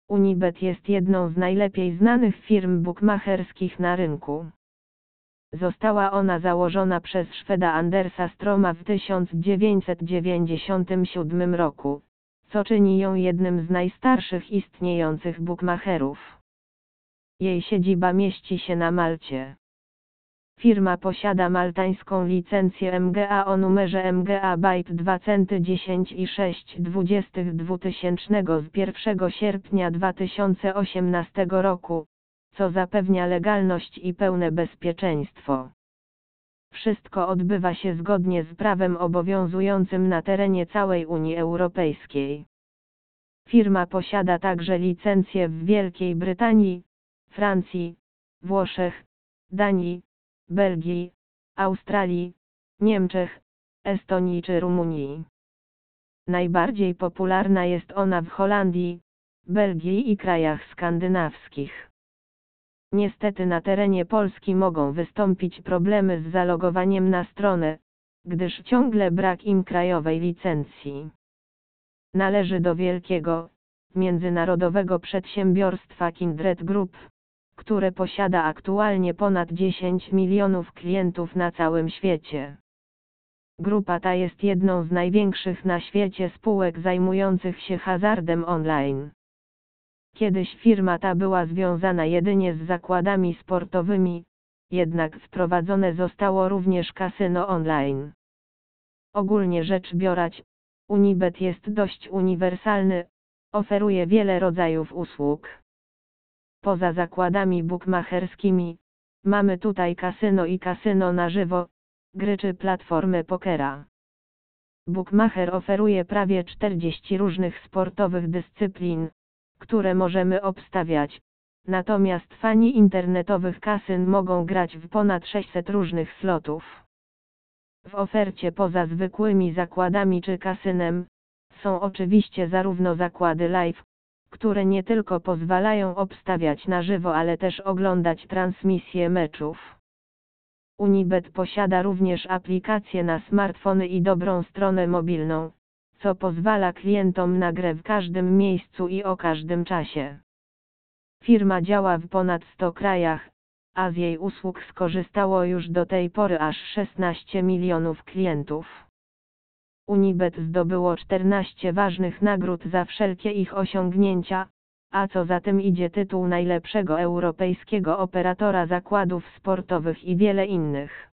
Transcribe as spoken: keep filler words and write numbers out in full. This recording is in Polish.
Unibet jest jedną z najlepiej znanych firm bukmacherskich na rynku. Została ona założona przez Szweda Andersa Stroma w tysiąc dziewięćset dziewięćdziesiątym siódmym roku, co czyni ją jednym z najstarszych istniejących bukmacherów. Jej siedziba mieści się na Malcie. Firma posiada maltańską licencję M G A o numerze M G A Byte dwa centy dziesięć i sześć dziesiątych dwutysięcznego z pierwszego sierpnia dwa tysiące osiemnastego roku, co zapewnia legalność i pełne bezpieczeństwo. Wszystko odbywa się zgodnie z prawem obowiązującym na terenie całej Unii Europejskiej. Firma posiada także licencje w Wielkiej Brytanii, Francji, Włoszech, Danii, Belgii, Australii, Niemczech, Estonii czy Rumunii. Najbardziej popularna jest ona w Holandii, Belgii i krajach skandynawskich. Niestety na terenie Polski mogą wystąpić problemy z zalogowaniem na stronę, gdyż ciągle brak im krajowej licencji. Należy do wielkiego, międzynarodowego przedsiębiorstwa Kindred Group, które posiada aktualnie ponad dziesięć milionów klientów na całym świecie. Grupa ta jest jedną z największych na świecie spółek zajmujących się hazardem online. Kiedyś firma ta była związana jedynie z zakładami sportowymi, jednak wprowadzone zostało również kasyno online. Ogólnie rzecz biorąc, Unibet jest dość uniwersalny, oferuje wiele rodzajów usług. Poza zakładami bukmacherskimi, mamy tutaj kasyno i kasyno na żywo, gry czy platformę pokera. Bukmacher oferuje prawie czterdzieści różnych sportowych dyscyplin, które możemy obstawiać, natomiast fani internetowych kasyn mogą grać w ponad sześćset różnych slotów. W ofercie poza zwykłymi zakładami czy kasynem, są oczywiście zarówno zakłady live, które nie tylko pozwalają obstawiać na żywo, ale też oglądać transmisje meczów. Unibet posiada również aplikację na smartfony i dobrą stronę mobilną, co pozwala klientom na grę w każdym miejscu i o każdym czasie. Firma działa w ponad stu krajach, a z jej usług skorzystało już do tej pory aż szesnaście milionów klientów. Unibet zdobyło czternaście ważnych nagród za wszelkie ich osiągnięcia, a co za tym idzie tytuł najlepszego europejskiego operatora zakładów sportowych i wiele innych.